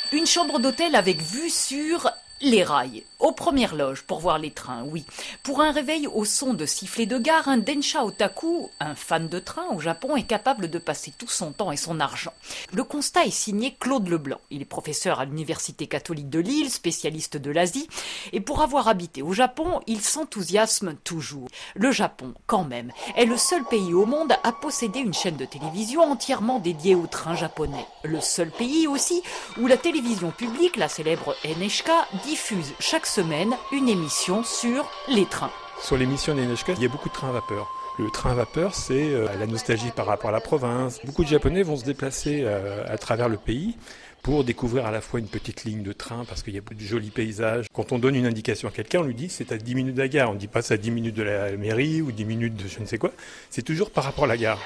Une chambre d'hôtel avec vue sur les rails. Aux premières loges pour voir les trains, oui. Pour un réveil au son de sifflets de gare, un densha otaku, un fan de train au Japon, est capable de passer tout son temps et son argent. Le constat est signé Claude Leblanc. Il est professeur à l'Université catholique de Lille, spécialiste de l'Asie. Et pour avoir habité au Japon, il s'enthousiasme toujours. Le Japon, quand même, est le seul pays au monde à posséder une chaîne de télévision entièrement dédiée aux trains japonais. Le seul pays aussi où la télévision publique, la célèbre NHK, diffuse chaque semaine une émission sur les trains. Sur l'émission des NHK, il y a beaucoup de trains à vapeur. Le train à vapeur, c'est la nostalgie par rapport à la province. Beaucoup de Japonais vont se déplacer à travers le pays pour découvrir à la fois une petite ligne de train parce qu'il y a de jolis paysages. Quand on donne une indication à quelqu'un, on lui dit c'est à 10 minutes de la gare. On ne dit pas c'est à 10 minutes de la mairie ou 10 minutes de je ne sais quoi. C'est toujours par rapport à la gare.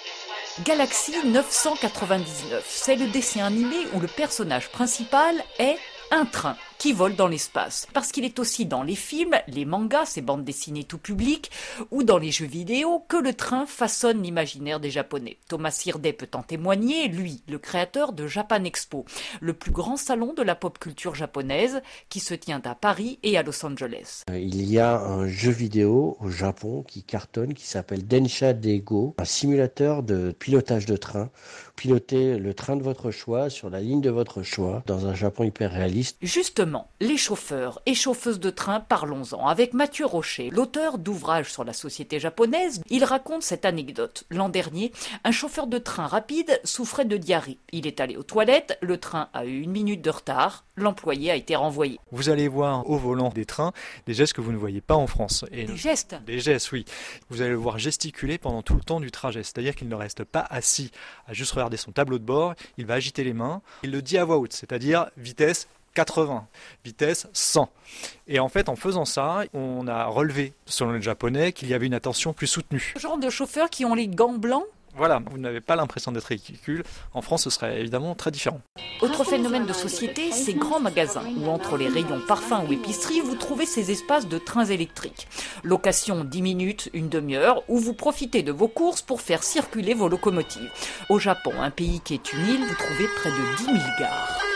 Galaxy 999, c'est le dessin animé où le personnage principal est un train qui vole dans l'espace. Parce qu'il est aussi dans les films, les mangas, ces bandes dessinées tout public, ou dans les jeux vidéo, que le train façonne l'imaginaire des Japonais. Thomas Hirday peut en témoigner, lui, le créateur de Japan Expo, le plus grand salon de la pop culture japonaise, qui se tient à Paris et à Los Angeles. Il y a un jeu vidéo au Japon qui cartonne, qui s'appelle Densha Dego, un simulateur de pilotage de train. Pilotez le train de votre choix, sur la ligne de votre choix, dans un Japon hyper réaliste. Justement, les chauffeurs et chauffeuses de train, parlons-en. Avec Mathieu Rocher, l'auteur d'ouvrages sur la société japonaise, il raconte cette anecdote. L'an dernier, un chauffeur de train rapide souffrait de diarrhée. Il est allé aux toilettes, le train a eu 1 minute de retard, l'employé a été renvoyé. Vous allez voir au volant des trains des gestes que vous ne voyez pas en France. Et des gestes ? Des gestes, oui. Vous allez le voir gesticuler pendant tout le temps du trajet. C'est-à-dire qu'il ne reste pas assis à juste regarder son tableau de bord, il va agiter les mains, il le dit à voix haute, c'est-à-dire vitesse 80, vitesse 100. Et en fait, en faisant ça, on a relevé, selon les Japonais, qu'il y avait une attention plus soutenue. Ce genre de chauffeurs qui ont les gants blancs ? Voilà, vous n'avez pas l'impression d'être ridicule. En France, ce serait évidemment très différent. Autre phénomène de société, ces grands magasins où entre les rayons parfums ou épicerie, vous trouvez ces espaces de trains électriques. Location 10 minutes, une demi-heure, où vous profitez de vos courses pour faire circuler vos locomotives. Au Japon, un pays qui est une île, vous trouvez près de 10 000 gares.